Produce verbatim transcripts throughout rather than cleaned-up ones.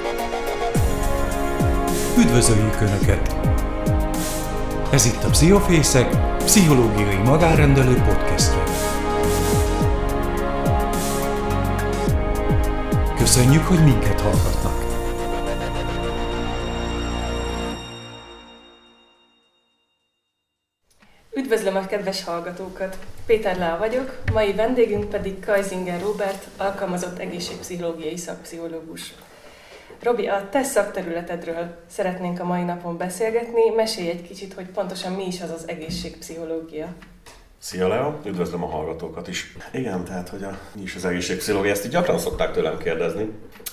Üdvözöljük Önöket! Ez itt a Pszichofészek pszichológiai magánrendelő podcastje. Köszönjük, hogy minket hallgatnak! Üdvözlöm a kedves hallgatókat! Péter Lea vagyok, mai vendégünk pedig Kajzinger Róbert, alkalmazott egészségpszichológiai szakpszichológus. Robi, a te szakterületedről szeretnénk a mai napon beszélgetni. Mesélj egy kicsit, hogy pontosan mi is az az egészségpszichológia. Szia Lea, üdvözlöm a hallgatókat is. Igen, tehát, hogy a, mi is az egészségpszichológia, ezt így gyakran szokták tőlem kérdezni.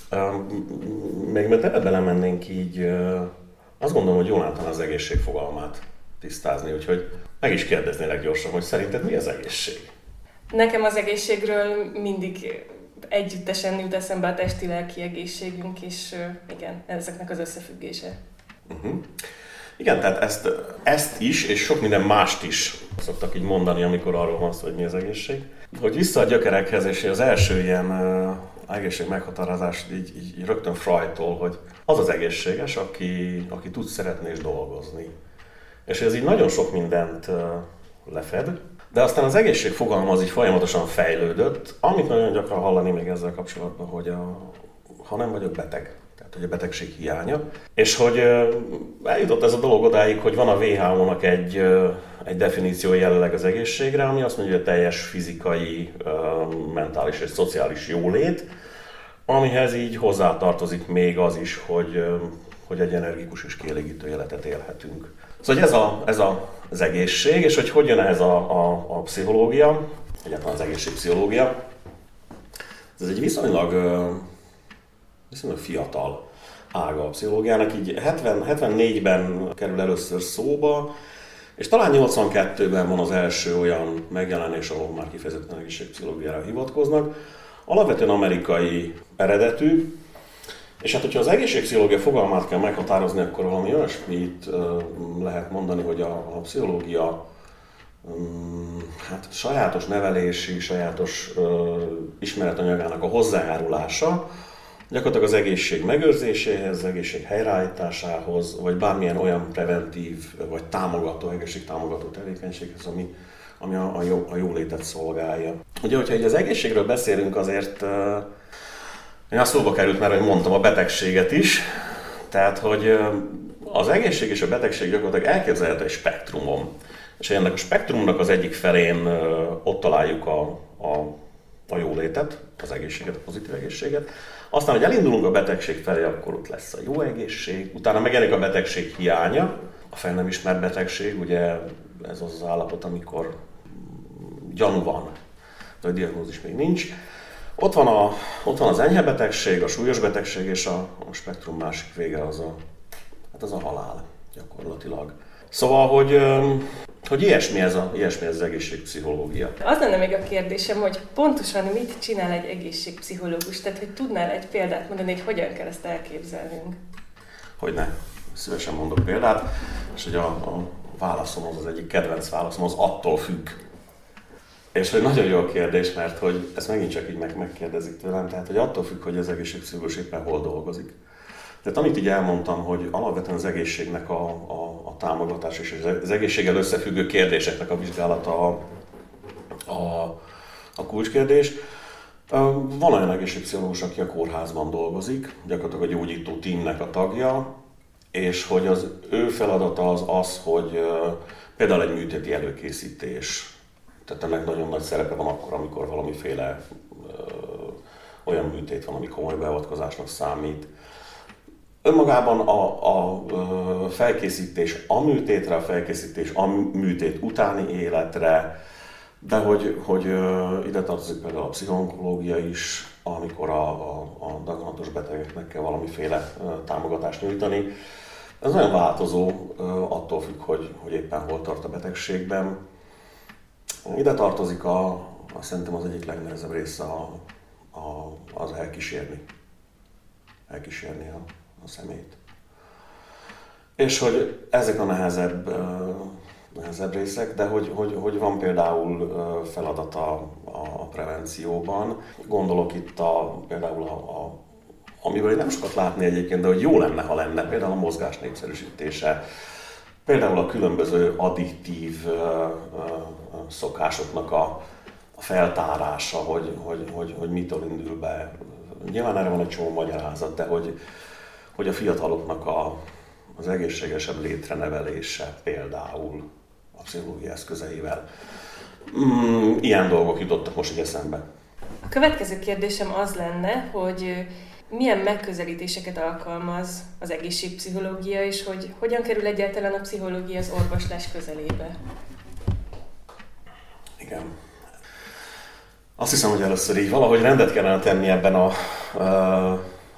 Még mert ebbe belemennénk így, azt gondolom, hogy jól láttan az egészség fogalmát tisztázni, úgyhogy meg is kérdeznélek gyorsan, hogy szerinted mi az egészség? Nekem az egészségről mindig együttesen jut eszembe a testi-lelki egészségünk, és igen, ezeknek az összefüggése. Uh-huh. Igen, tehát ezt, ezt is, és sok minden mást is szoktak így mondani, amikor arról van szó, hogy mi az egészség. Hogy vissza a gyökerekhez, és az első ilyen uh, egészség meghatározás így, így rögtön Freudtól, hogy az az egészséges, aki, aki tud szeretni és dolgozni. És ez így nagyon sok mindent uh, lefed, de aztán az egészség fogalma az így folyamatosan fejlődött, amit nagyon gyakran hallani még ezzel kapcsolatban, hogy a, ha nem vagyok beteg, tehát hogy a betegség hiánya. És hogy eljutott ez a dolog odáig, hogy van a dupla vé há ó-nak egy, egy definíciója jelenleg az egészségre, ami azt mondja, hogy a teljes fizikai, mentális és szociális jólét, amihez így hozzátartozik még az is, hogy, hogy egy energikus és kielégítő életet élhetünk. Szóval ez, a, ez a, az egészség, és hogy hogy jön ez a, a, a pszichológia, egyáltalán az egészségpszichológia. Ez egy viszonylag, viszonylag fiatal ága a pszichológiának, így hetven, hetvennégyben kerül először szóba, és talán nyolcvankettőben van az első olyan megjelenés, ahol már kifejezetten egészségpszichológiára hivatkoznak. Alapvetően amerikai eredetű, és hát, hogyha az egészségpszichológia fogalmát kell meghatározni, akkor valami olyasmit lehet mondani, hogy a, a pszichológia um, hát, sajátos nevelési, sajátos uh, ismeretanyagának a hozzájárulása, gyakorlatilag az egészség megőrzéséhez, az egészség helyreállításához, vagy bármilyen olyan preventív, vagy támogató, egészségtámogató tevékenységhez, ami, ami a, a, jó, a jólétet szolgálja. Ugye, hogyha így az egészségről beszélünk, azért uh, én azt szóba került már, hogy mondtam a betegséget is, tehát hogy az egészség és a betegség gyakorlatilag elképzelhető egy spektrumon. És ennek a spektrumnak az egyik felén ott találjuk a, a, a jólétet, az egészséget, a pozitív egészséget. Aztán, hogy elindulunk a betegség felé, akkor ott lesz a jó egészség, utána megjelenik a betegség hiánya, a fel nem ismert betegség, ugye ez az az állapot, amikor gyanú van, de a diagnózis még nincs. Ott van, a, ott van az enyhe betegség, a súlyos betegség, és a, a spektrum másik vége az a, hát az a halál gyakorlatilag. Szóval, hogy, hogy ilyesmi, ez a, ilyesmi ez az egészségpszichológia. Az lenne még a kérdésem, hogy pontosan mit csinál egy egészségpszichológus? Tehát, hogy tudnál egy példát mondani, hogy hogyan kell ezt elképzelnünk? Hogyne, szívesen mondok példát, és hogy a, a válaszom az az egyik kedvenc válaszom, az attól függ. És hogy nagyon jó a kérdés, mert hogy ezt megint csak így meg, megkérdezik tőlem, tehát hogy attól függ, hogy az egészségpszichológus éppen hol dolgozik. Tehát amit így elmondtam, hogy alapvetően az egészségnek a, a, a támogatás és az egészséggel összefüggő kérdéseknek a vizsgálata a, a, a kulcskérdés. Van olyan egészségpszichológus, aki a kórházban dolgozik, gyakorlatilag a gyógyító tímnek a tagja, és hogy az ő feladata az az, hogy például egy műtéti előkészítés, tehát ennek nagyon nagy szerepe van akkor, amikor valamiféle ö, olyan műtét van, ami komoly beavatkozásnak számít. Önmagában a, a ö, felkészítés a műtétre, a felkészítés a műtét utáni életre, de hogy, hogy ö, ide tartozik például a pszichonkológia is, amikor a, a, a daganatos betegeknek kell valamiféle ö, támogatást nyújtani. Ez nagyon változó, ö, attól függ, hogy, hogy éppen hol tart a betegségben. Ide tartozik a, a szerintem az egyik legnehezebb része a, a, az elkísérni, elkísérni a, a személyt. És hogy ezek a nehezebb, nehezebb részek, de hogy, hogy, hogy van például feladata a, a prevencióban. Gondolok itt a, például a, a, amiből nem sokat látni egyébként, de hogy jó lenne, ha lenne, például a mozgás népszerűsítése, például a különböző addiktív uh, uh, szokásoknak a, a feltárása, hogy, hogy, hogy, hogy mitől indul be. Nyilván erre van egy csomó magyarázat, de hogy, hogy a fiataloknak a, az egészségesebb létrenevelése például a pszichológia eszközeivel. Mm, ilyen dolgok jutottak most így eszembe. A következő kérdésem az lenne, hogy milyen megközelítéseket alkalmaz az egészségpszichológia, és hogy hogyan kerül egyáltalán a pszichológia az orvoslás közelébe? Igen. Azt hiszem, hogy először így valahogy rendet kellene tenni ebben a uh,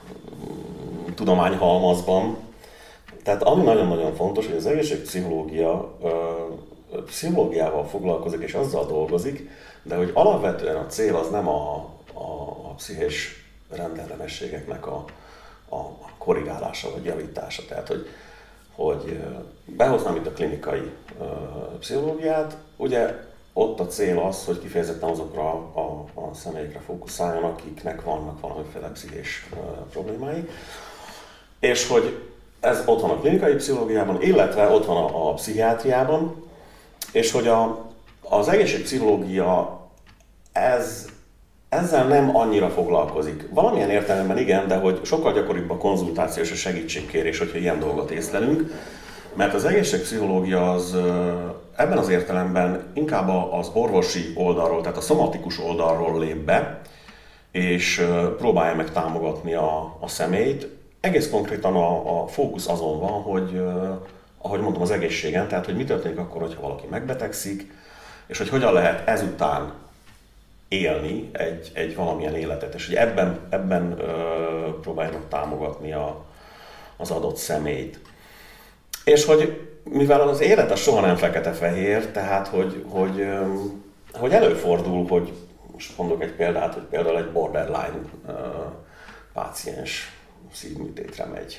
tudományhalmazban. Tehát ami nagyon-nagyon fontos, hogy az egészségpszichológia uh, pszichológiával foglalkozik és azzal dolgozik, de hogy alapvetően a cél az nem a, a, a pszichés rendellenességeknek a, a korrigálása vagy javítása. Tehát, hogy, hogy behoznám itt a klinikai uh, pszichológiát, ugye ott a cél az, hogy kifejezetten azokra a, a személyekre fókuszáljon, akiknek vannak valamiféle pszichés uh, problémái, és hogy ez ott van a klinikai pszichológiában, illetve ott van a, a pszichiátriában, és hogy a, az egészségpszichológia ez, ezzel nem annyira foglalkozik. Valamilyen értelemben igen, de hogy sokkal gyakoribb a konzultáció és a segítségkérés, hogyha ilyen dolgot észlelünk, mert az egészségpszichológia az ebben az értelemben inkább az orvosi oldalról, tehát a szomatikus oldalról lép be, és próbálja meg támogatni a, a személyt. Egész konkrétan a, a fókusz azon van, hogy ahogy mondtam, az egészségen, tehát hogy mi történik akkor, hogyha valaki megbetegszik, és hogy hogyan lehet ezután élni egy, egy valamilyen életet, és hogy ebben, ebben ö, próbálják támogatni a, az adott személyt. És hogy mivel az élet az soha nem fekete-fehér, tehát hogy, hogy, ö, hogy előfordul, hogy most mondok egy példát, hogy például egy borderline ö, páciens szívműtétre megy.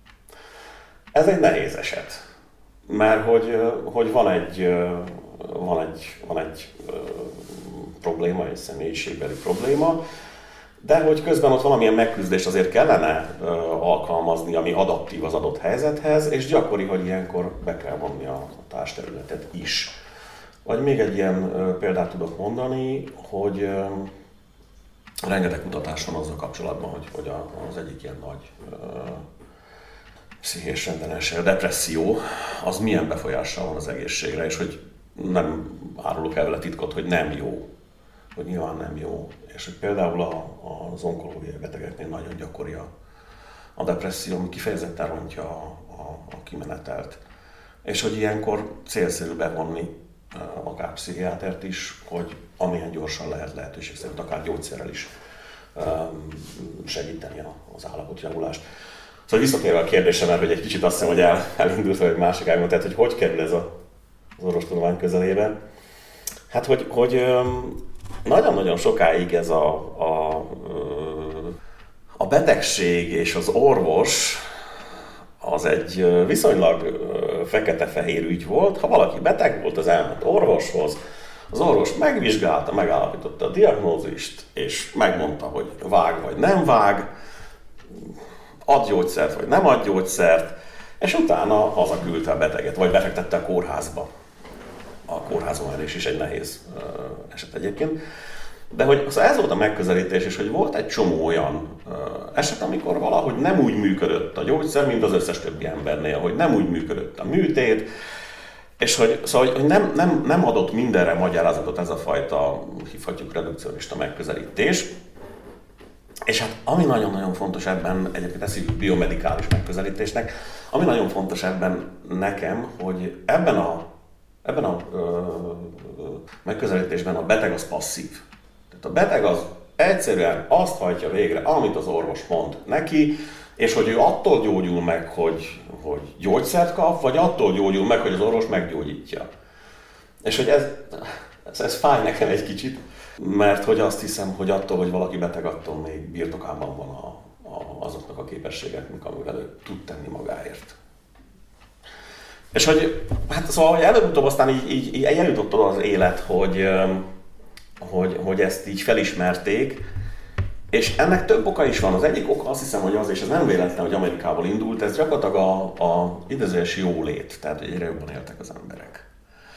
Ez egy nehéz eset, mert hogy, hogy van egy, van egy, van egy probléma, egy személyiségbeli probléma, de hogy közben ott valamilyen megküzdést azért kellene alkalmazni, ami adaptív az adott helyzethez, és gyakori, hogy ilyenkor be kell vonni a társterületet is. Vagy még egy ilyen példát tudok mondani, hogy rengeteg kutatás van azzal kapcsolatban, hogy, hogy az egyik ilyen nagy pszichés rendellenesség, a depresszió, az milyen befolyással van az egészségre, és hogy nem árulok el vele titkot, hogy nem jó, hogy nyilván nem jó, és hogy például a, az onkológiai betegeknél nagyon gyakori a, a depresszió, ami kifejezetten rontja a, a, a kimenetelt. És hogy ilyenkor célszerű bevonni akár pszichiátert is, hogy amilyen gyorsan lehet lehetőség szerint, akár gyógyszerrel is segíteni az állapotjavulást. Szóval visszatérve a kérdésem, mert hogy egy kicsit azt hiszem, hogy el, elindult egy másik ágon, tehát hogy hogy kerül ez a, az orvostudomány közelébe. Hát, hogy, hogy nagyon-nagyon sokáig ez a, a, a betegség és az orvos az egy viszonylag fekete-fehér ügy volt. Ha valaki beteg volt, az elment orvoshoz, az orvos megvizsgálta, megállapította a diagnózist, és megmondta, hogy vág vagy nem vág, ad gyógyszert vagy nem ad gyógyszert, és utána hazaküldte a beteget, vagy befektette a kórházba. A kórházonelés is egy nehéz uh, eset egyébként. De hogy szóval ez volt a megközelítés, és hogy volt egy csomó olyan uh, eset, amikor valahogy nem úgy működött a gyógyszer, mint az összes többi embernél, hogy nem úgy működött a műtét, és hogy, szóval, hogy nem, nem, nem adott mindenre magyarázatot ez a fajta, hívhatjuk redukcionista megközelítés. És hát ami nagyon-nagyon fontos ebben, egyébként ezt hívjuk biomedikális megközelítésnek, ami nagyon fontos ebben nekem, hogy ebben a, ebben a ö, megközelítésben a beteg az passzív. Tehát a beteg az egyszerűen azt hajtja végre, amit az orvos mond neki, és hogy ő attól gyógyul meg, hogy, hogy gyógyszert kap, vagy attól gyógyul meg, hogy az orvos meggyógyítja. És hogy ez, ez, ez fáj nekem egy kicsit, mert hogy azt hiszem, hogy attól, hogy valaki beteg, attól még birtokában van a, a, azoknak a képességeknek, amivel ő tud tenni magáért. És hogy, hát szóval, hogy előbb-utóbb aztán így, így, így eljutott oda az élet, hogy, hogy, hogy ezt így felismerték, És ennek több oka is van. Az egyik oka azt hiszem, hogy az, és ez nem véletlen, hogy Amerikából indult, ez gyakorlatilag a, a idézőjeles jólét, tehát hogy egyre jobban éltek az emberek.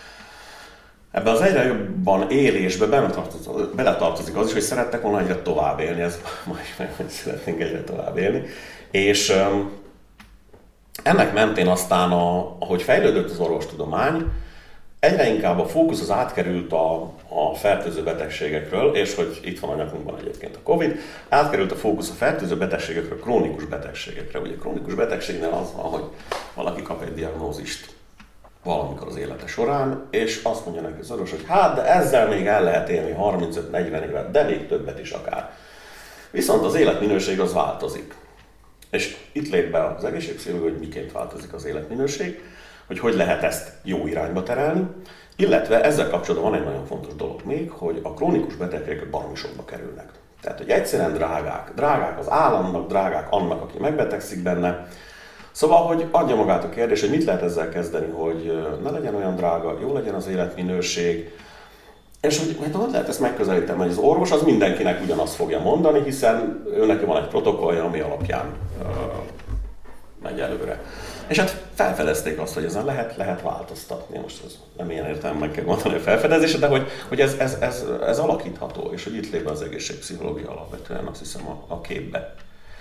Ebben az egyre jobban élésbe beletartozik az is, hogy szerettek volna egyre tovább élni, ez majd szeretnénk egyre tovább élni. És um, ennek mentén aztán, a, ahogy fejlődött az orvostudomány, egyre inkább a fókusz az átkerült a, a fertőző betegségekről, és hogy itt van a nyakunkban egyébként a Covid, átkerült a fókusz a fertőző betegségekről, krónikus betegségekre. Ugye krónikus betegségnél az van, hogy valaki kap egy diagnózist valamikor az élete során, és azt mondja neki az orvos, hogy hát, de ezzel még el lehet élni harmincöt-negyven évet, de még többet is akár. Viszont az életminőség az változik. És itt lép be az egészségpszichológia, hogy miként változik az életminőség, hogy hogy lehet ezt jó irányba terelni, illetve ezzel kapcsolatban van egy nagyon fontos dolog még, hogy a krónikus betegségek baromi sokba kerülnek. Tehát, hogy egyszerűen drágák. Drágák az államnak, drágák annak, aki megbetegszik benne. Szóval, hogy adja magát a kérdés, hogy mit lehet ezzel kezdeni, hogy ne legyen olyan drága, jó legyen az életminőség, és hogy hát hogy lehet ezt megközelíteni, hogy az orvos az mindenkinek ugyanazt fogja mondani, hiszen őnek van egy protokollja, ami alapján uh, megy előre. És hát felfedezték azt, hogy ezen lehet, lehet változtatni. Most ez nem ilyen értelemben kell mondani a felfedezésre, de hogy, hogy ez, ez, ez, ez alakítható, és hogy itt lép az egészségpszichológia alapvetően azt hiszem a, a képbe.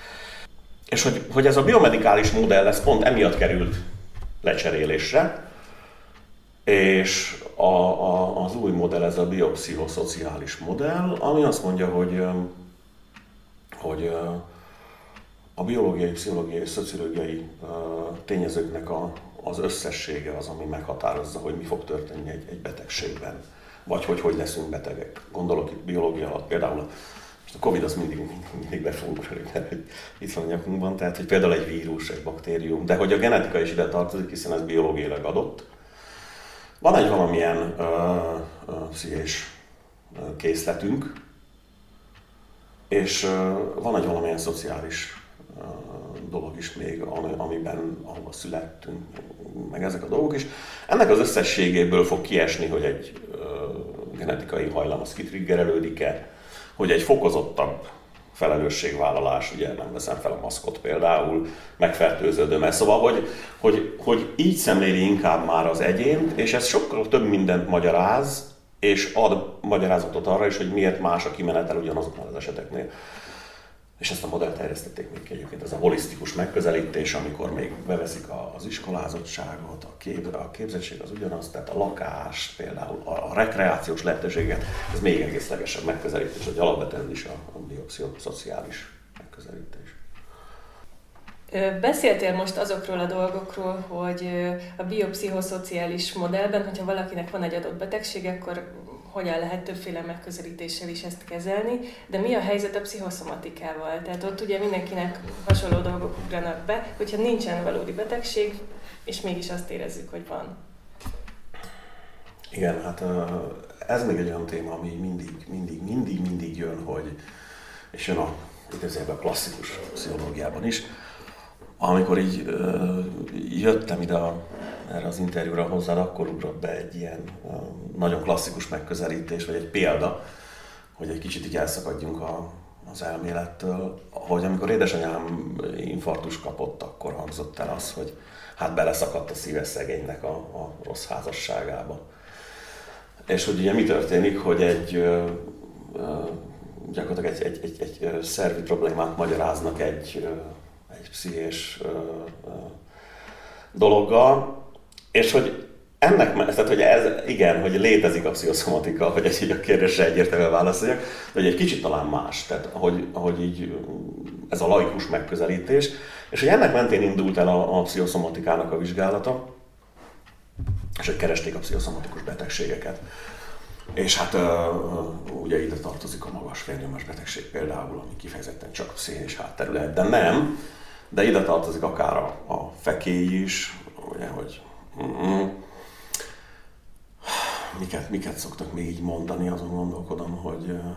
És hogy, hogy ez a biomedikális modell, ez pont emiatt került lecserélésre, és a, a, az új modell, ez a biopszichoszociális modell, ami azt mondja, hogy, hogy a biológiai, pszichológiai és szociológiai tényezőknek a, az összessége az, ami meghatározza, hogy mi fog történni egy, egy betegségben, vagy hogy hogy leszünk betegek. Gondolok itt biológia alatt például a a Covid az mindig, mindig, mindig befogunk, mert itt van a nyakunkban, tehát hogy például egy vírus, egy baktérium, de hogy a genetika is ide tartozik, hiszen ez biológiailag adott. Van egy valamilyen uh, uh, pszichés uh, készletünk, és uh, van egy valamilyen szociális uh, dolog is még, ami, amiben, ahova születtünk, meg ezek a dolgok is. Ennek az összességéből fog kiesni, hogy egy uh, genetikai hajlam az kitriggerelődik-e, hogy egy fokozottabb felelősségvállalás, ugye nem veszem fel a maszkot például, megfertőződöm-e. Szóval, hogy, hogy, hogy így szemléli inkább már az egyént, és ez sokkal több mindent magyaráz, és ad magyarázatot arra is, hogy miért más a kimenetel ugyanazoknál az eseteknél. És ezt a modellt terjesztették még ki egyébként, ez a holisztikus megközelítés, amikor még beveszik az iskolázottságot, a, kép, a képzettség az ugyanaz, tehát a lakás, például a, a rekreációs lehetőséget, ez még egészlegesebb megközelítés, hogy alapvetően is a, a biopszichoszociális megközelítés. Beszéltél most azokról a dolgokról, hogy a biopszichoszociális modellben, hogyha valakinek van egy adott betegség, akkor hogyan lehet többféle megközelítéssel is ezt kezelni, de mi a helyzet a pszichoszomatikával? Tehát ott ugye mindenkinek hasonló dolgok ugranak be, hogyha nincsen valódi betegség, és mégis azt érezzük, hogy van. Igen, hát ez még egy olyan téma, ami mindig, mindig, mindig, mindig jön, hogy, és jön a, a klasszikus pszichológiában is. Amikor így ö, jöttem ide a, erre az interjúra hozzád, akkor ugrott be egy ilyen ö, nagyon klasszikus megközelítés, vagy egy példa, hogy egy kicsit így elszakadjunk a, az elmélettől. Hogy amikor édesanyám infarktus kapott, akkor hangzott el az, hogy hát beleszakadt a szíve szegénynek a, a rossz házasságába. És hogy ugye mi történik, hogy egy ö, ö, gyakorlatilag egy, egy, egy, egy szervi problémát magyaráznak egy egy pszichés ö, ö, dologgal, és hogy ennek, tehát hogy ez, igen, hogy létezik a pszichoszomatika, hogy egy, a kérdésre egyértelműen válaszoljak, de hogy egy kicsit talán más, tehát ahogy, ahogy így ez a laikus megközelítés, és hogy ennek mentén indult el a, a pszichoszomatikának a vizsgálata, és hogy keresték a pszichoszomatikus betegségeket. És hát uh, ugye ide tartozik a magas vérnyomás betegség például, ami kifejezetten csak pszichés hátterület, de nem, de ide tartozik akár a, a fekély is, ugye, hogy mm, miket, miket szoktak még így mondani, azon gondolkodom, hogy uh,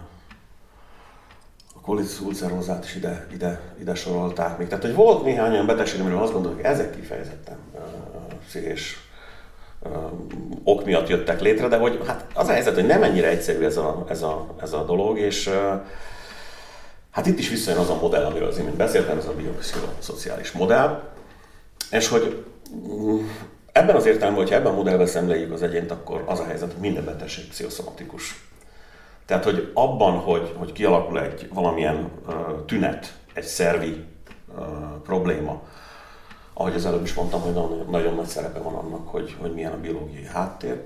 a colitis ulcerosát is ide, ide, ide sorolták még. Tehát, hogy volt néhány olyan betegség, amiről azt gondolom, hogy ezek kifejezetten uh, pszichés ok miatt jöttek létre, de hogy hát az a helyzet, hogy nem ennyire egyszerű ez a, ez a, ez a dolog, és, Hát itt is visszajön az a modell, amiről az imént beszéltem, ez a biopszichoszociális modell, és hogy ebben az értelemben, hogyha ebben a modellben szemléljük az egyént, akkor az a helyzet, hogy minden betegség pszichoszomatikus. Tehát, hogy abban, hogy, hogy kialakul egy valamilyen uh, tünet, egy szervi uh, probléma, ahogy az előbb is mondtam, hogy nagyon, nagyon nagy szerepe van annak, hogy, hogy milyen a biológiai háttér,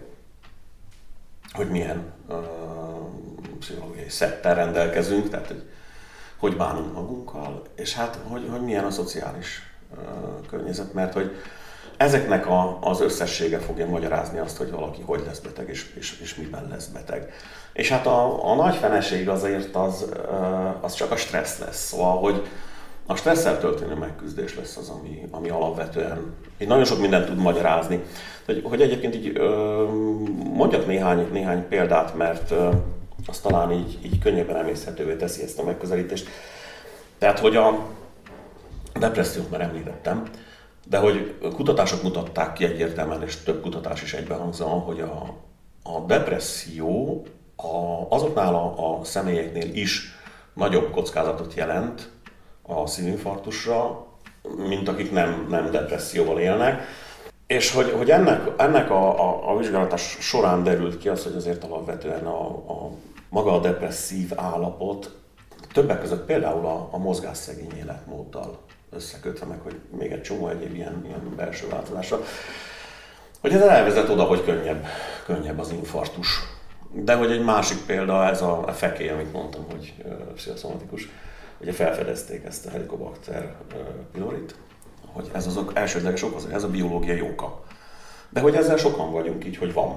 hogy milyen uh, pszichológiai szettel rendelkezünk, tehát hogy hogy bánunk magunkkal, és hát hogy, hogy milyen a szociális uh, környezet, mert hogy ezeknek a, az összessége fogja magyarázni azt, hogy valaki hogy lesz beteg, és, és, és miben lesz beteg. És hát a, a nagy fenesség azért az, uh, az csak a stressz lesz, szóval, hogy a stresszel történő megküzdés lesz az, ami, ami alapvetően így nagyon sok mindent tud magyarázni. Hogy, hogy egyébként így uh, mondjak néhány, néhány példát, mert uh, az talán így, így könnyebben emészhetővé teszi ezt a megközelítést. Tehát, hogy a depressziót már említettem, de hogy kutatások mutatták ki egyértelműen, és több kutatás is egybehangzóan, hogy a, a depresszió a, azoknál a, a személyeknél is nagyobb kockázatot jelent a szívinfarktusra, mint akik nem, nem depresszióval élnek. És hogy, hogy ennek, ennek a, a, a vizsgálatás során derült ki az, hogy azért alapvetően a, a maga a depresszív állapot többek között például a, a mozgásszegény életmóddal összekötve, meg hogy még egy csomó egyéb ilyen, ilyen belső változásra, hogy ez elvezet oda, hogy könnyebb, könnyebb az infarktus. De hogy egy másik példa, ez a, a fekély, amit mondtam, hogy uh, pszichoszomatikus, ugye felfedezték ezt a Helicobacter uh, pylorit, hogy ez az ok, elsődleges ok, az, ez a biológiai oka. De hogy ezzel sokan vagyunk így, hogy van.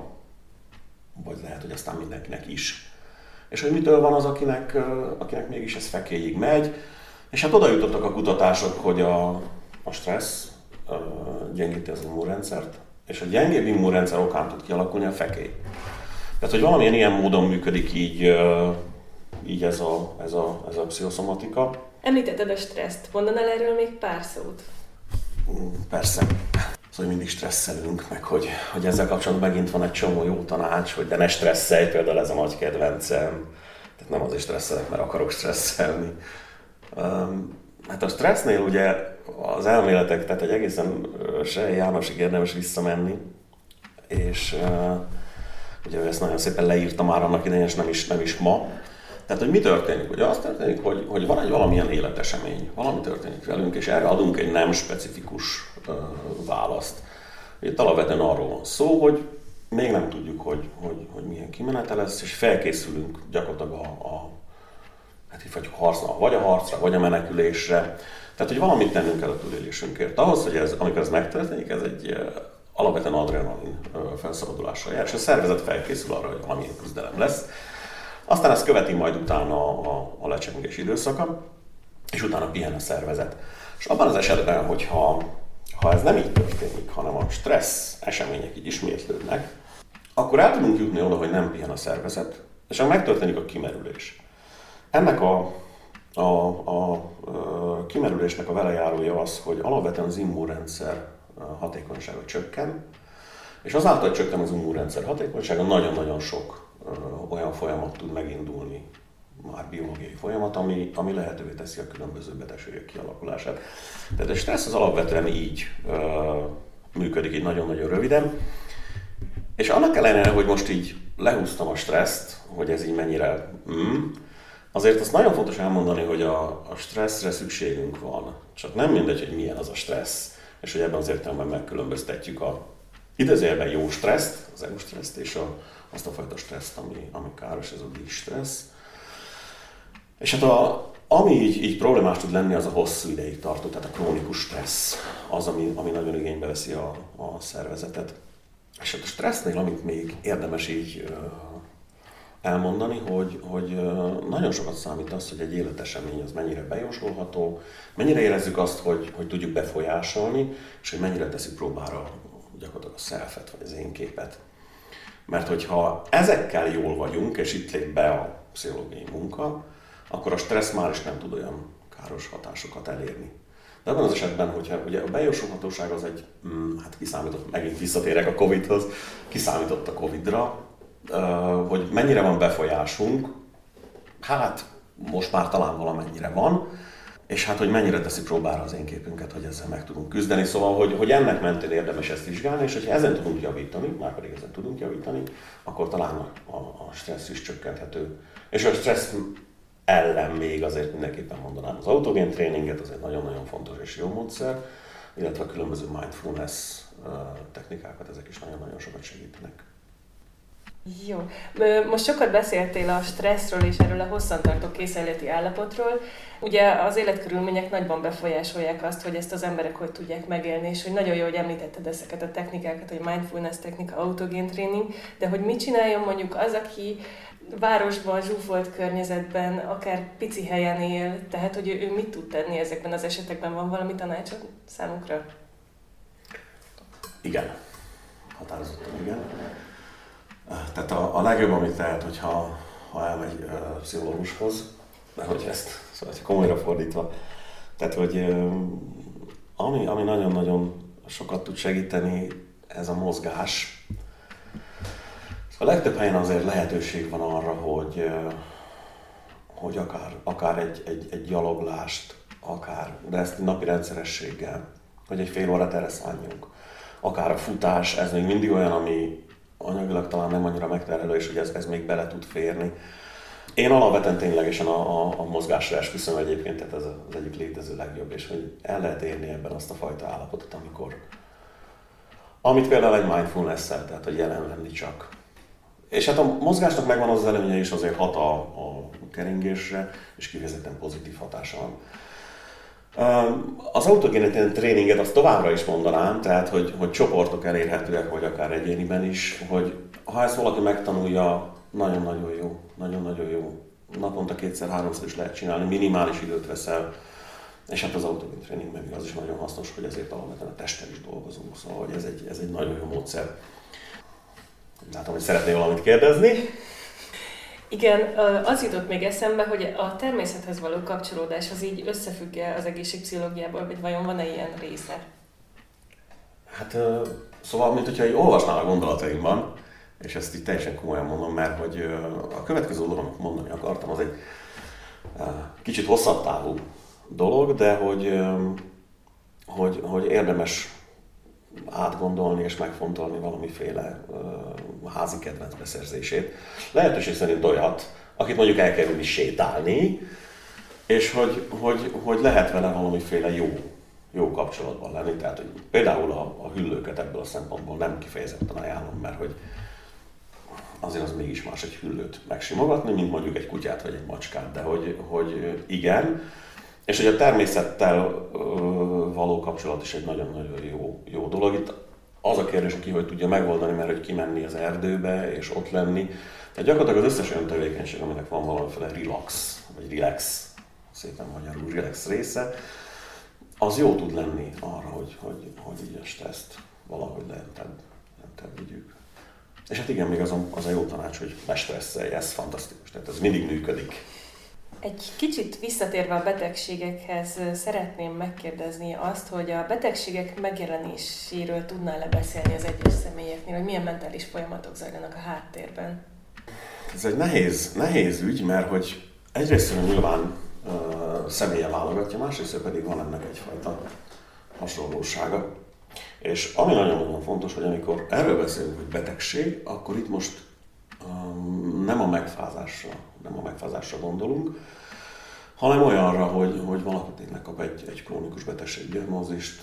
Vagy lehet, hogy aztán mindenkinek is. És hogy mitől van az, akinek, uh, akinek mégis ez fekélyig megy. És hát oda jutottak a kutatások, hogy a, a stressz uh, gyengíti az immunrendszert, és a gyengébb immunrendszer okán tud kialakulni a fekély. Tehát, hogy valamilyen ilyen módon működik így, uh, így ez, a, ez, a, ez a pszichoszomatika. Említetted a stresszt, mondanál erről még pár szót? Persze. Szóval mindig stresszelünk, meg hogy, hogy ezzel kapcsolatban megint van egy csomó jó tanács, hogy de ne stresszelj, például ez a nagy kedvencem. Tehát nem azért stresszelek, mert akarok stresszelni. Um, hát a stressznél ugye az elméletek, tehát egy egészen Sej Jánosig érdemes visszamenni, és uh, ugye ezt nagyon szépen leírta már annak idején, és nem is, nem is ma. Tehát, hogy mi történik? Ugye az történik, hogy, hogy van egy valamilyen életesemény, valami történik velünk, és erre adunk egy nem specifikus uh, választ. Itt alapvetően arról van szó, hogy még nem tudjuk, hogy, hogy, hogy milyen kimenete lesz, és felkészülünk gyakorlatilag a, a hát így vagy, harcra, vagy a harcra, vagy a menekülésre. Tehát, hogy valamit tennünk kell a túlélésünkért. Ahhoz, hogy ez, amikor ez megtörténik, ez egy uh, alapvetően adrenalin uh, felszabadulással jár, és a szervezet felkészül arra, hogy valamilyen küzdelem lesz. Aztán ezt követi majd utána a, a, a lecsengés időszaka, és utána pihen a szervezet. És abban az esetben, hogyha ha ez nem így történik, hanem a stressz események így ismétlődnek, akkor el tudunk jutni oda, hogy nem pihen a szervezet, és akkor megtörténik a kimerülés. Ennek a, a, a, a kimerülésnek a velejárója az, hogy alapvetően az immunrendszer hatékonysága csökken, és azáltal, hogy csökken az immunrendszer hatékonysága, nagyon-nagyon sok olyan folyamat tud megindulni, már biológiai folyamat, ami, ami lehetővé teszi a különböző betegségek kialakulását. Tehát a stressz az alapvetően így uh, működik, így nagyon-nagyon röviden. És annak ellenére, hogy most így lehúztam a stresszt, hogy ez így mennyire mm, azért azt nagyon fontos elmondani, hogy a, a stresszre szükségünk van. Csak nem mindegy, hogy milyen az a stressz, és hogy ebben az értelemben megkülönböztetjük a idézőjelben jó stresszt, az eustresszt és a azt a fajta stresszt, ami, ami káros, ez a distressz. És hát a, ami így, így problémás tud lenni, az a hosszú ideig tartó, tehát a krónikus stressz, az, ami, ami nagyon igénybe veszi a, a szervezetet. És hát a stressznél, amit még érdemes így uh, elmondani, hogy, hogy uh, nagyon sokat számít az, hogy egy életesemény az mennyire bejósolható, mennyire érezzük azt, hogy, hogy tudjuk befolyásolni, és hogy mennyire teszik próbára gyakorlatilag a selfet, vagy az én képet. Mert hogyha ezekkel jól vagyunk, és itt lép be a pszichológiai munka, akkor a stressz már is nem tud olyan káros hatásokat elérni. De abban az esetben, hogyha ugye a bejósolhatóság az egy, mm, hát kiszámított, megint visszatérek a Covidhoz, kiszámított a Covidra, hogy mennyire van befolyásunk, hát most már talán valamennyire van, és hát, hogy mennyire teszi próbára az én képünket, hogy ezzel meg tudunk küzdeni. Szóval, hogy, hogy ennek mentén érdemes ezt vizsgálni, és hogyha ezen tudunk javítani, már pedig ezen tudunk javítani, akkor talán a, a, a stressz is csökkenthető. És a stressz ellen még azért mindenképpen mondanám az autogén tréninget, az egy nagyon-nagyon fontos és jó módszer, illetve a különböző mindfulness technikákat, ezek is nagyon-nagyon sokat segítenek. Jó. Most sokat beszéltél a stresszről és erről a hosszantartó készenléti állapotról. Ugye az életkörülmények nagyban befolyásolják azt, hogy ezt az emberek hogy tudják megélni, és hogy nagyon jó, hogy említetted ezeket a technikákat, hogy mindfulness technika, autogén tréning, de hogy mit csináljon mondjuk az, aki városban, zsúfolt környezetben, akár pici helyen él, tehát hogy ő, ő mit tud tenni ezekben az esetekben, van valami tanácsod számukra? Igen. Határozottan igen. Tehát a, a legjobb, amit tehet, hogyha ha elmegy uh, pszichológushoz, de hogy ezt szóval komolyra fordítva. Tehát, hogy uh, ami, ami nagyon-nagyon sokat tud segíteni, ez a mozgás. A legtöbb helyen azért lehetőség van arra, hogy, uh, hogy akár, akár egy, egy, egy gyaloglást, akár, de ezt napi rendszerességgel, hogy egy fél órát erre szálljunk. Akár a futás, ez még mindig olyan, ami anyagilag talán nem annyira megterhelő, és hogy ez, ez még bele tud férni. Én alapvetően ténylegesen a, a, a mozgásra esküszöm egyébként, tehát ez az egyik létező legjobb, és hogy el lehet érni ebben azt a fajta állapotot, amikor, amit például egy mindfulness-szel, tehát hogy jelen lenni csak. És hát a mozgásnak megvan az, az előnye is, azért hat a, a keringésre, és kifejezetten pozitív hatása van. Az autogén tréninget azt továbbra is mondanám, tehát hogy, hogy csoportok elérhetőek, vagy akár egyéniben is, hogy ha ezt valaki megtanulja, nagyon-nagyon jó, nagyon-nagyon jó. Naponta kétszer-háromszor is lehet csinálni, minimális időt veszel, és hát az autogén tréning meg az is nagyon hasznos, hogy ezért alapvetően a testtel is dolgozunk, szóval hogy ez egy, ez egy nagyon jó módszer. Látom, hogy szeretnél valamit kérdezni. Igen, az jutott még eszembe, hogy a természethez való kapcsolódás az így összefügg-e az egészségpszichológiából, vagy vajon van-e ilyen része? Hát szóval, mint hogyha így olvasnál a gondolataimban, és ezt így teljesen komolyan mondom, mert hogy a következő dolog, amit mondani akartam, az egy kicsit hosszabb távú dolog, de hogy, hogy, hogy érdemes átgondolni és megfontolni valamiféle uh, házi kedvenc beszerzését. Lehetőség szerint olyat, akit mondjuk el kell ülni sétálni, és hogy, hogy, hogy lehet vele valamiféle jó, jó kapcsolatban lenni. Tehát hogy például a, a hüllőket ebből a szempontból nem kifejezetten ajánlom, mert hogy azért az mégis más egy hüllőt megsimogatni, mint mondjuk egy kutyát vagy egy macskát, de hogy, hogy igen. És hogy a természettel való kapcsolat is egy nagyon-nagyon jó, jó dolog. Itt az a kérdés, ki hogy tudja megoldani, mert hogy kimenni az erdőbe és ott lenni. Tehát gyakorlatilag az összes olyan tevékenység, aminek van valamiféle relax, vagy relax, szépen magyarul relax része, az jó tud lenni arra, hogy, hogy, hogy így a stresszt valahogy lentebb, lentebb vigyük. És hát igen, még az a, az a jó tanács, hogy ne stresszelj, ez fantasztikus, tehát ez mindig működik. Egy kicsit visszatérve a betegségekhez szeretném megkérdezni azt, hogy a betegségek megjelenéséről tudnál-e beszélni az egyes személyeknél, hogy milyen mentális folyamatok zajlanak a háttérben? Ez egy nehéz, nehéz ügy, mert hogy egyrészt nyilván uh, személye válogatja, másrészt pedig van ennek egyfajta hasonlósága. És ami nagyon-nagyon fontos, hogy amikor erről beszélünk, hogy betegség, akkor itt most um, nem a megfázásra, nem a megfázásra gondolunk, hanem olyanra, hogy, hogy valaki tényleg kap egy, egy krónikus betegségdiagnózist,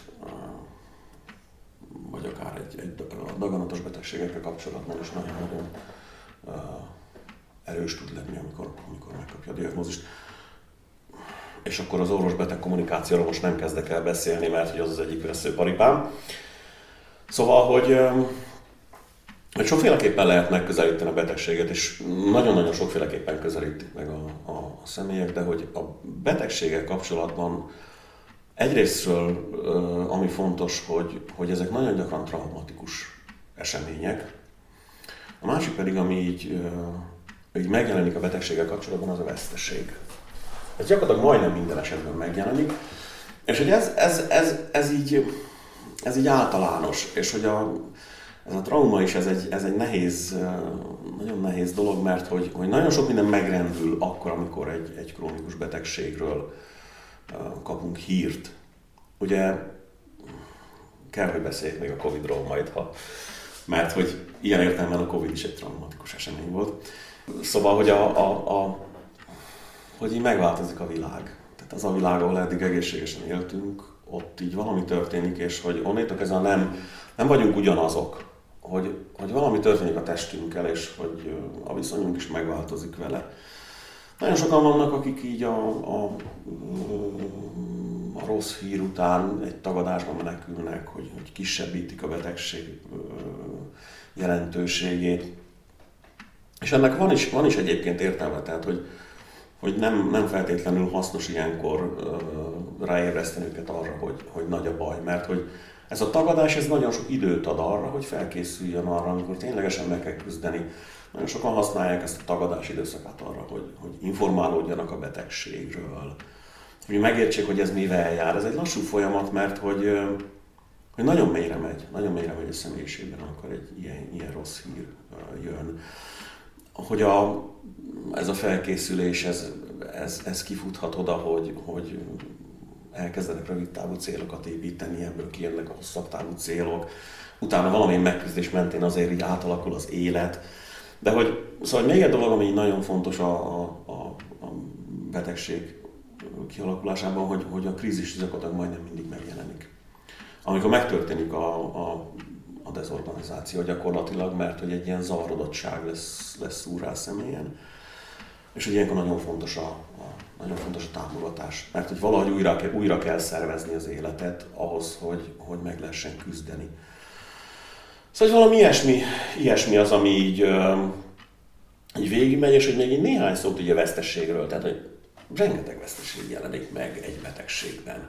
vagy akár egy, egy daganatos betegségekkel kapcsolatban is nagyon-nagyon uh, erős tud lenni, amikor, amikor megkapja a diagnózist. És akkor az orvos-beteg kommunikációról most nem kezdek el beszélni, mert hogy az az egyik veszőparipám. Szóval, hogy, hogy sokféleképpen lehet megközelíteni a betegséget, és nagyon-nagyon sokféleképpen közelítik meg a, a, a személyek, de hogy a betegséggel kapcsolatban egyrésztről, ami fontos, hogy, hogy ezek nagyon gyakran traumatikus események. A másik pedig, ami így, így megjelenik a betegséggel kapcsolatban, az a veszteség. Ez gyakorlatilag majdnem minden esetben megjelenik, és hogy ez, ez, ez, ez, így, ez így általános, és hogy a, ez a trauma is, ez egy, ez egy nehéz, nagyon nehéz dolog, mert hogy, hogy nagyon sok minden megrendül akkor, amikor egy, egy krónikus betegségről kapunk hírt. Ugye kell, hogy beszéljek még a Covidról majd, ha, mert hogy ilyen értelemben a Covid is egy traumatikus esemény volt. Szóval, hogy, a, a, a, hogy így megváltozik a világ. Tehát az a világ, ahol eddig egészségesen éltünk, ott így valami történik, és hogy onnétok ezzel nem, nem vagyunk ugyanazok, hogy, hogy valami történik a testünkkel, és hogy a viszonyunk is megváltozik vele. Nagyon sokan vannak, akik így a, a, a rossz hír után egy tagadásba menekülnek, hogy, hogy kisebbítik a betegség jelentőségét. És ennek van is, van is egyébként értelme, tehát hogy, hogy nem, nem feltétlenül hasznos ilyenkor ráébreszteni őket arra, hogy, hogy nagy a baj, mert hogy ez a tagadás ez nagyon sok időt ad arra, hogy felkészüljön arra, amikor ténylegesen meg kell küzdeni. Nagyon sokan használják ezt a tagadás időszakát arra, hogy, hogy informálódjanak a betegségről, hogy megértsék, hogy ez mivel jár. Ez egy lassú folyamat, mert hogy, hogy nagyon mélyre megy, nagyon mélyre megy a személyiségben, amikor egy ilyen, ilyen rossz hír jön. Hogy a, ez a felkészülés, ez, ez, ez kifuthat oda, hogy, hogy elkezdenek rövid távú célokat építeni, ebből kijönnek a hosszabb távú célok. Utána valamilyen megküzdés mentén azért így átalakul az élet. De hogy, szóval még egy dolog, ami nagyon fontos a, a, a betegség kialakulásában, hogy, hogy a krízis gyakorlatilag majdnem mindig megjelenik. Amikor megtörténik a, a, a dezorganizáció gyakorlatilag, mert hogy egy ilyen zavarodottság lesz, lesz szúrrá a személyen. És hogy ilyenkor nagyon fontos a, a, nagyon fontos a támogatás, mert hogy valahogy újra, újra kell szervezni az életet ahhoz, hogy, hogy meg lehessen küzdeni. Szóval valami ilyesmi, ilyesmi az, ami így, így végigmegy, és hogy még így néhány szót így a veszteségről, tehát hogy rengeteg veszteség jelenik meg egy betegségben.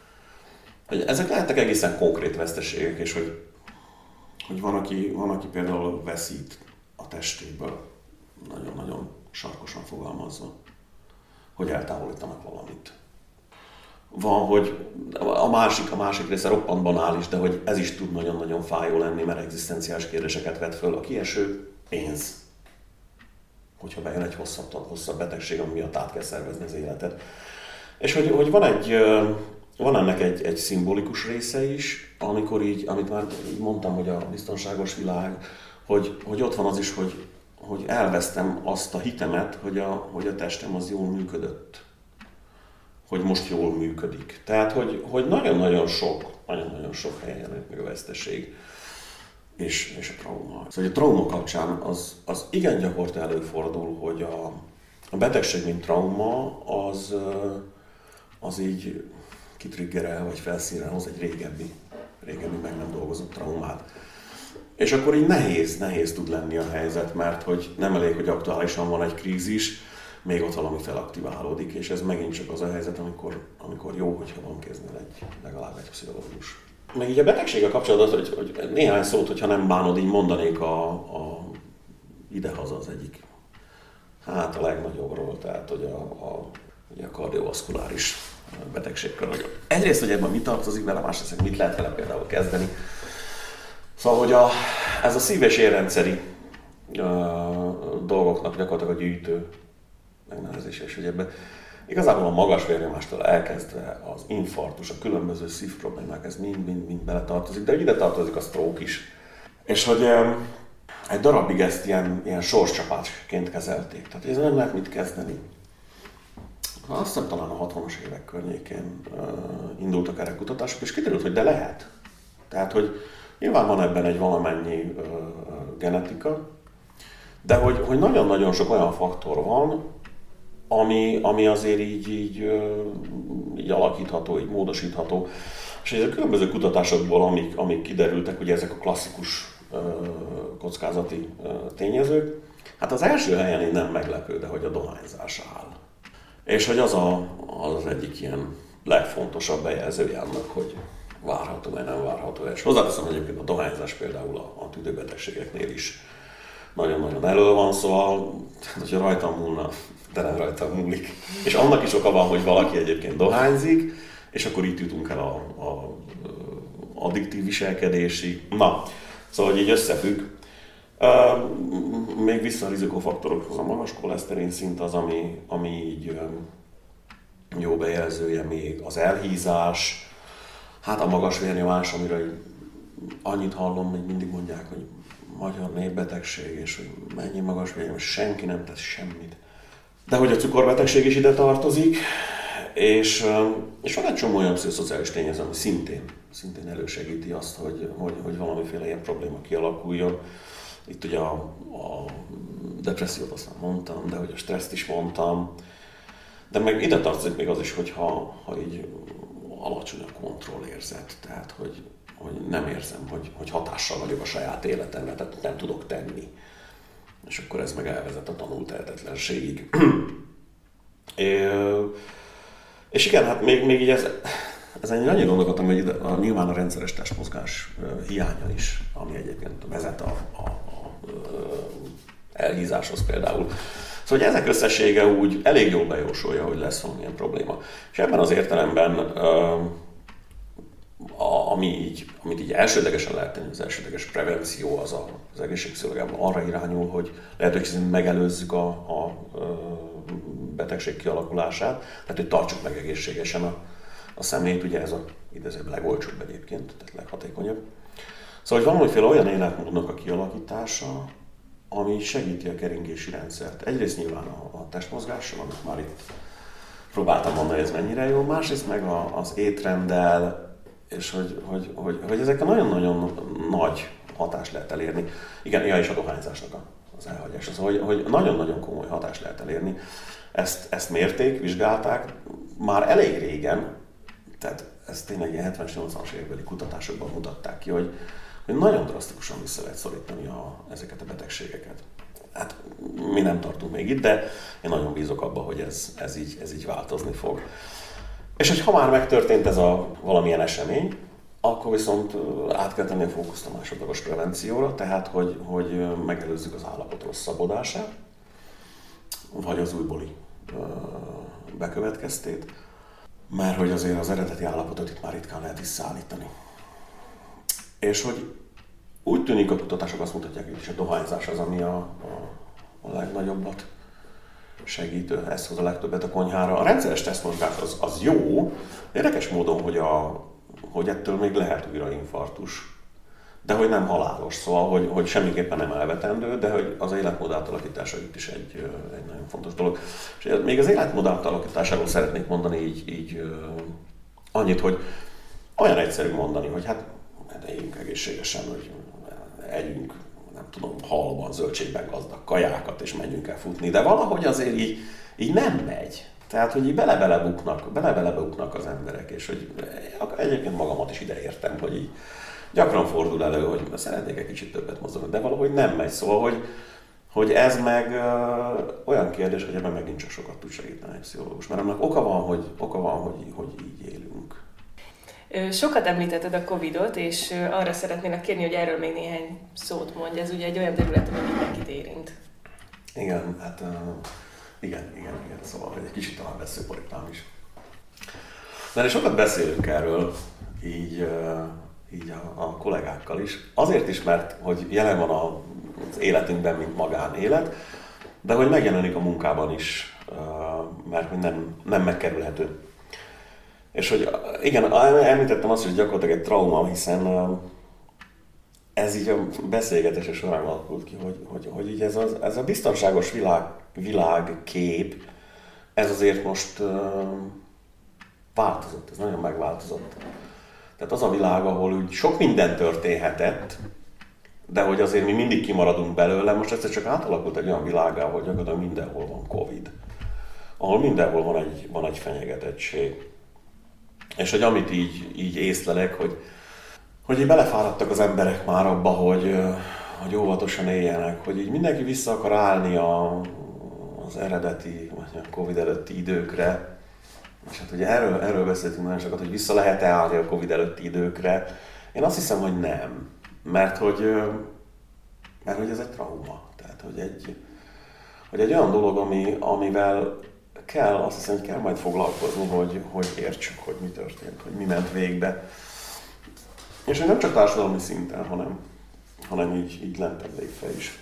Hogy ezek lehetnek egészen konkrét veszteségek, és hogy, hogy van, aki, van, aki például veszít a testéből, nagyon-nagyon sarkosan fogalmazva, hogy eltávolítanak valamit. Van, hogy a másik, a másik része roppant banális, de hogy ez is tud nagyon-nagyon fájó lenni, mert egzisztenciális kérdéseket vet föl. A kieső pénz. Hogyha bejön egy hosszabb, hosszabb betegség, ami miatt át kell szervezni az életet. És hogy, hogy van, egy, van ennek egy, egy szimbolikus része is, amikor így, amit már így mondtam, hogy a biztonságos világ, hogy, hogy ott van az is, hogy, hogy elvesztem azt a hitemet, hogy a, hogy a testem az jól működött. Hogy most jól működik. Tehát, hogy, hogy nagyon-nagyon sok, nagyon-nagyon sok helyen jelenik meg a veszteség és, és a trauma. Szóval a trauma kapcsán az, az igen gyakorta előfordul, hogy a, a betegség, mint trauma, az, az így kitriggerel, vagy felszínre hoz egy régebbi, régebbi meg nem dolgozott traumát. És akkor így nehéz, nehéz tud lenni a helyzet, mert hogy nem elég, hogy aktuálisan van egy krízis, még ott valami felaktiválódik, és ez megint csak az a helyzet, amikor, amikor jó, hogyha van kéznél egy, legalább egy pszichológus. Meg így a betegséggel kapcsolatban, hogy, hogy néhány szót, hogyha nem bánod, így mondanék a, a idehaza az egyik, hát a legnagyobbról, tehát hogy a, a, a kardiovaszkuláris betegségkör. Egyrészt, hogy ebben mi tartozik vele, másrészt, mit lehet vele például kezdeni. Szóval, hogy a, ez a szív- és érrendszeri uh, dolgoknak gyakorlatilag a gyűjtő megnevezés, és hogy ebben igazából a magas vérnyomástól elkezdve az infarktus, a különböző szívproblémák, ez mind-mind beletartozik, de ide tartozik a stroke is. És hogy um, egy darabig ezt ilyen, ilyen sorscsapásként kezelték, tehát ezzel nem lehet mit kezdeni. Azt hiszem talán a hatvanas évek környékén uh, indultak erre kutatások, és kiderült, hogy de lehet. Tehát, hogy nyilván van ebben egy valamennyi uh, genetika, de hogy, hogy nagyon-nagyon sok olyan faktor van, ami, ami azért így, így, így alakítható, így módosítható. És a különböző kutatásokból, amik, amik kiderültek, ugye ezek a klasszikus kockázati tényezők, hát az első helyen így nem meglepő, de hogy a dohányzás áll. És hogy az a, az egyik ilyen legfontosabb bejelzője annak, hogy várható vagy nem várható. És hozzáteszem, hogy egyébként a dohányzás például a, a tüdőbetegségeknél is nagyon-nagyon elő van, szóval, hogyha rajtam múlna, de nem rajtam múlik. És annak is oka van, hogy valaki egyébként dohányzik, és akkor itt jutunk el a, a addiktív viselkedésig. Na, Szóval, hogy így összefügg. Uh, még vissza a rizikófaktorokhoz, a magas koleszterin szint az, ami, ami így um, jó bejelzője, még az elhízás, hát a magas vérnyomás, amiről annyit hallom, még mindig mondják, hogy magyar népbetegség, és hogy mennyi magas vérnyomás, senki nem tesz semmit. De hogy a cukorbetegség is ide tartozik, és, és van egy csomó olyan pszichoszociális tényező, ami szintén, szintén elősegíti azt, hogy, hogy, hogy valamiféle ilyen probléma kialakuljon. Itt ugye a, a depressziót azt már mondtam, de hogy a stresszt is mondtam. De meg ide tartozik még az is, hogy ha, ha így alacsony a kontrollérzet, tehát hogy, hogy nem érzem, hogy, hogy hatással vagyok a saját életemre, tehát nem tudok tenni. És akkor ez meg elvezet a tanult tehetetlenségig. És igen, hát még, még így ez, ezen annyira gondolkodtam, hogy ide, a, nyilván a rendszeres testmozgás hiánya is, ami egyébként vezet a, a, a, a elhízáshoz például. Szóval hogy ezek összessége úgy elég jól bejósolja, hogy lesz valamilyen probléma. És ebben az értelemben, a, ami így, amit így elsődlegesen lehet tenni, az elsődleges prevenció az a, az egészségpszichológiában arra irányul, hogy lehetőség szerint megelőzzük a, a, a betegség kialakulását, tehát hogy tartsuk meg egészségesen a, a személyt, ugye ez a idézőbb legolcsóbb egyébként, tehát leghatékonyabb. Szóval, hogy valamiféle olyan életmódnak a kialakítása, ami segíti a keringési rendszert. Egyrészt nyilván a, a testmozgással, amit már itt próbáltam mondani, hogy ez mennyire jó, másrészt meg a, az étrenddel, és hogy, hogy, hogy, hogy ezekkel nagyon-nagyon nagy hatást lehet elérni. Igen, ja, és a dohányzásnak az elhagyása. Szóval, hogy, hogy nagyon-nagyon komoly hatást lehet elérni. Ezt, ezt mérték, vizsgálták már elég régen, tehát ezt tényleg ilyen hetvenes, nyolcvanas évekbeli kutatásokban mutatták ki, hogy, hogy nagyon drasztikusan vissza lehet szorítani a, ezeket a betegségeket. Hát mi nem tartunk még itt, de én nagyon bízok abban, hogy ez, ez, így, ez így változni fog. És hogy ha már megtörtént ez a valamilyen esemény, akkor viszont át kell tenni a fókuszt a másodlagos prevencióra, tehát hogy, hogy megelőzzük az állapot rosszabbodását, vagy az újbóli bekövetkeztét, mert hogy azért az eredeti állapotot itt már ritkán lehet visszaállítani. És hogy úgy tűnik, a kutatások azt mutatják, hogy is a dohányzás az, ami a, a, a legnagyobbat segítő, ez hoz a legtöbbet a konyhára. A rendszeres testmozgás az, az jó, érdekes módon, hogy, a, hogy ettől még lehet újra infarktus, de hogy nem halálos, szóval, hogy, hogy semmiképpen nem elvetendő, de hogy az életmód átalakítása itt is egy, egy nagyon fontos dolog. És még az életmód átalakításáról szeretnék mondani így, így annyit, hogy olyan egyszerű mondani, hogy hát éljünk egészségesen, hogy együnk, nem tudom, halban, zöldségben gazdag kajákat, és menjünk el futni, de valahogy azért így, így nem megy. Tehát, hogy így bele-bele buknak, bele-bele buknak az emberek, és hogy egyébként magamat is ide értem, hogy így gyakran fordul elő, hogy szeretnék egy kicsit többet mozogni, de valahogy nem megy. Szóval, hogy, hogy ez meg ö, olyan kérdés, hogy ebben megint csak sokat tud segíteni egy pszichológus. Mert annak oka van, hogy, oka van, hogy, hogy így élünk. Sokat említetted a Covidot, és arra szeretnének kérni, hogy erről még néhány szót mondj. Ez ugye egy olyan terület, ami mindenkit érint. Igen, hát uh, igen, igen, igen, szóval hogy egy kicsit talán veszőparipám is. De sokat beszélünk erről, így, uh, így a, a kollégákkal is. Azért is, mert hogy jelen van az életünkben, mint magánélet, de hogy megjelenik a munkában is, uh, mert hogy nem, nem megkerülhető. És hogy igen, említettem azt, hogy gyakorlatilag egy trauma, hiszen ez így a beszélgetés során alakult ki, hogy, hogy, hogy így ez, az, ez a biztonságos világ, világkép, ez azért most uh, változott, ez nagyon megváltozott. Tehát az a világ, ahol úgy sok minden történhetett, de hogy azért mi mindig kimaradunk belőle, most egyszer csak átalakult egy olyan világgá, hogy gyakorlatilag mindenhol van Covid. Ahol mindenhol van egy, van egy fenyegetettség. És hogy amit így, így észlelek, hogy, hogy így belefáradtak az emberek már abba, hogy, hogy óvatosan éljenek, hogy így mindenki vissza akar állni a, az eredeti, vagy a Covid előtti időkre. És hát ugye erről, erről beszéltünk nagyon sokat, hogy vissza lehet-e állni a Covid előtti időkre. Én azt hiszem, hogy nem, mert hogy, mert hogy ez egy trauma. Tehát, hogy egy, hogy egy olyan dolog, ami, amivel kell, azt hiszem, hogy kell majd foglalkozni, hogy, hogy értsük, hogy mi történt, hogy mi ment végbe. És hogy nem csak társadalmi szinten, hanem, hanem így, így lentebb lépve is.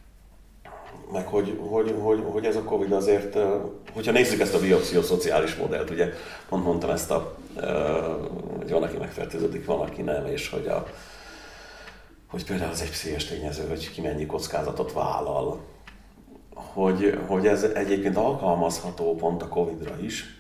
Meg hogy, hogy, hogy, hogy ez a Covid azért, hogyha nézzük ezt a biopszichoszociális modellt, ugye pont mondtam ezt, a, hogy van, aki megfertőződik, van, aki nem, és hogy, a, hogy például az egy pszichés tényező, hogy ki mennyi kockázatot vállal, hogy, hogy ez egyébként alkalmazható pont a Covidra is,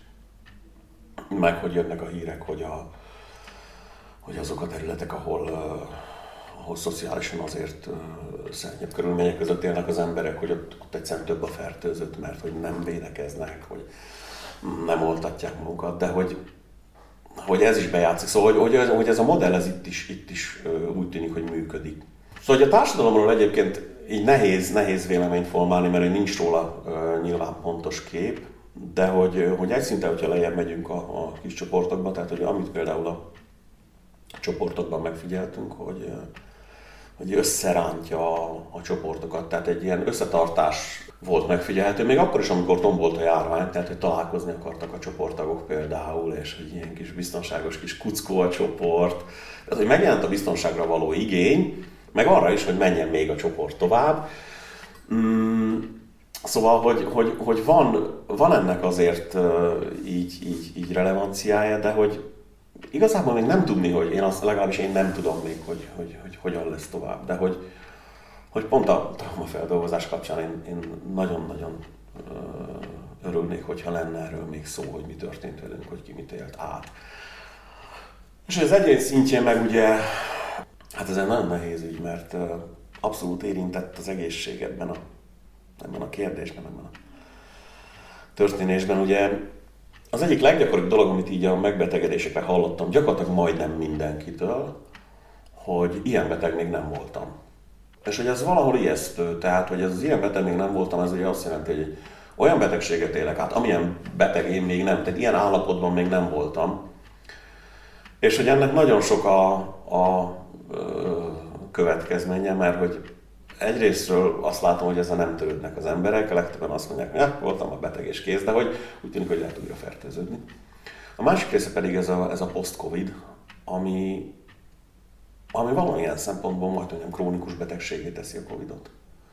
meg hogy jönnek a hírek, hogy, a, hogy azok a területek, ahol ahol szociálisan azért uh, szennyabb körülmények között élnek az emberek, hogy ott, ott egyszerűen több a fertőzött, mert hogy nem védekeznek, hogy nem oltatják magukat, de hogy, hogy ez is bejátszik. Szóval, hogy, hogy, ez, hogy ez a modell ez itt is, itt is uh, úgy tűnik, hogy működik. Szóval, hogy a társadalomról egyébként így nehéz, nehéz véleményt formálni, mert nincs róla uh, nyilván pontos kép, de hogy, hogy egy szinten, hogyha lejjebb megyünk a, a kis csoportokba, tehát hogy amit például a csoportokban megfigyeltünk, hogy hogy összerántja a, a csoportokat, tehát egy ilyen összetartás volt megfigyelhető, még akkor is, amikor tombolt a járvány, tehát hogy találkozni akartak a csoporttagok például, és hogy ilyen kis biztonságos kis kuckó a csoport, tehát hogy megjelent a biztonságra való igény, meg arra is, hogy menjen még a csoport tovább. Mm, szóval, hogy, hogy, hogy van, van ennek azért így, így, így relevanciája, de hogy igazából még nem tudni, hogy én azt, legalábbis én nem tudom még, hogy, hogy, hogy hogyan lesz tovább, de hogy, hogy pont a traumafeldolgozás kapcsán én, én nagyon-nagyon örülnék, hogyha lenne erről még szó, hogy mi történt velünk, hogy ki mit élt át. És az egyén szintjén meg ugye, hát ez egy nagyon nehéz ügy, mert abszolút érintett az egészség ebben a, ebben a kérdésben, ebben a történésben. Ugye az egyik leggyakoribb dolog, amit így a megbetegedésekre hallottam, gyakorlatilag majdnem mindenkitől, hogy ilyen beteg még nem voltam. És hogy ez valahol ijesztő, tehát hogy ez az ilyen beteg még nem voltam, ez ugye azt jelenti, hogy olyan betegséget élek át, amilyen beteg én még nem, tehát ilyen állapotban még nem voltam. És hogy ennek nagyon sok a, a következménye, mert hogy egyrésztről azt látom, hogy ezzel nem törődnek az emberek, legtöbben azt mondják, hogy ja, voltam a beteg és kész, de hogy úgy tűnik, hogy lehet újra fertőződni. A másik része pedig ez a, ez a post-Covid, ami, ami valamilyen szempontból majdnem krónikus betegségé teszi a Covidot.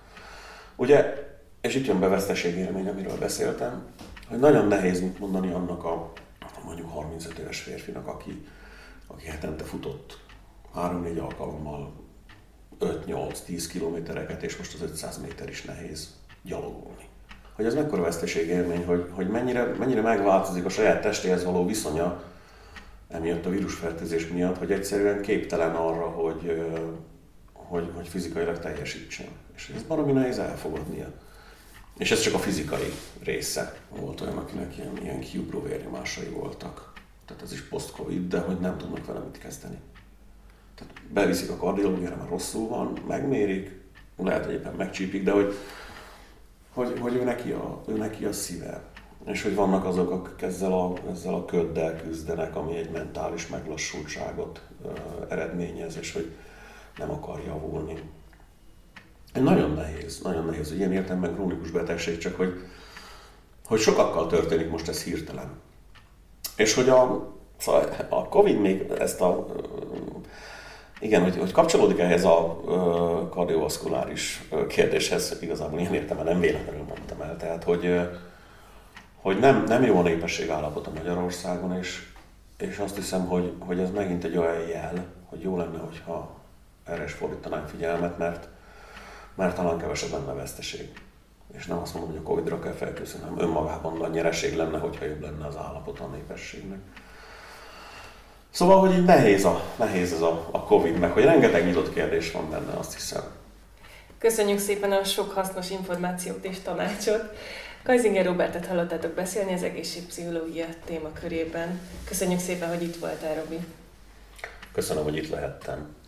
Ugye, és itt jön be veszteségélmény, amiről beszéltem, hogy nagyon nehéz mit mondani annak a mondjuk harmincöt éves férfinak, aki, aki hetente futott három-négy alkalommal öt-nyolc-tíz kilométereket, és most az ötszáz méter is nehéz gyalogolni. Hogy ez mekkora veszteségélmény, hogy, hogy mennyire, mennyire megváltozik a saját testéhez való viszonya emiatt a vírusfertőzés miatt, hogy egyszerűen képtelen arra, hogy, hogy, hogy fizikailag teljesítsen. És ez baromi nehéz elfogadnia. És ez csak a fizikai része. Volt olyan, akinek ilyen, ilyen kiugró vérnyomásai voltak. Tehát ez is post-Covid, de hogy nem tudnak vele mit kezdeni. Tehát beviszik a kardiológiára, mert rosszul van, megmérik, lehet, hogy éppen megcsípik, de hogy, hogy, hogy ő, neki a, ő neki a szíve. És hogy vannak azok, akik ezzel a, ezzel a köddel küzdenek, ami egy mentális meglassultságot uh, eredményez, és hogy nem akar javulni. Nagyon nehéz, nagyon nehéz, hogy ilyen értelemben krónikus betegség, csak hogy, hogy sokakkal történik most ez hirtelen. És hogy a, szóval a Covid még ezt a, igen, hogy, hogy kapcsolódik ehhez a kardiovaszkuláris kérdéshez, igazából ilyen értelemben nem véletlenül mondtam el, tehát hogy, hogy nem, nem jó a népesség állapota Magyarországon, és, és azt hiszem, hogy, hogy ez megint egy olyan jel, hogy jó lenne, hogyha erre is fordítanánk figyelmet, mert mert talán kevesebb lenne a veszteség. És nem azt mondom, hogy a Covidra kell felkészülni, hanem önmagában a nyereség lenne, hogyha jobb lenne az állapota a népességnek. Szóval, hogy így nehéz, a, nehéz ez a, a Covid, meg hogy rengeteg nyitott kérdés van benne, azt hiszem. Köszönjük szépen a sok hasznos információt és tanácsot. Kaisinger Robertet hallottátok beszélni az egészségpszichológia témakörében. Köszönjük szépen, hogy itt voltál, Robi. Köszönöm, hogy itt lehettem.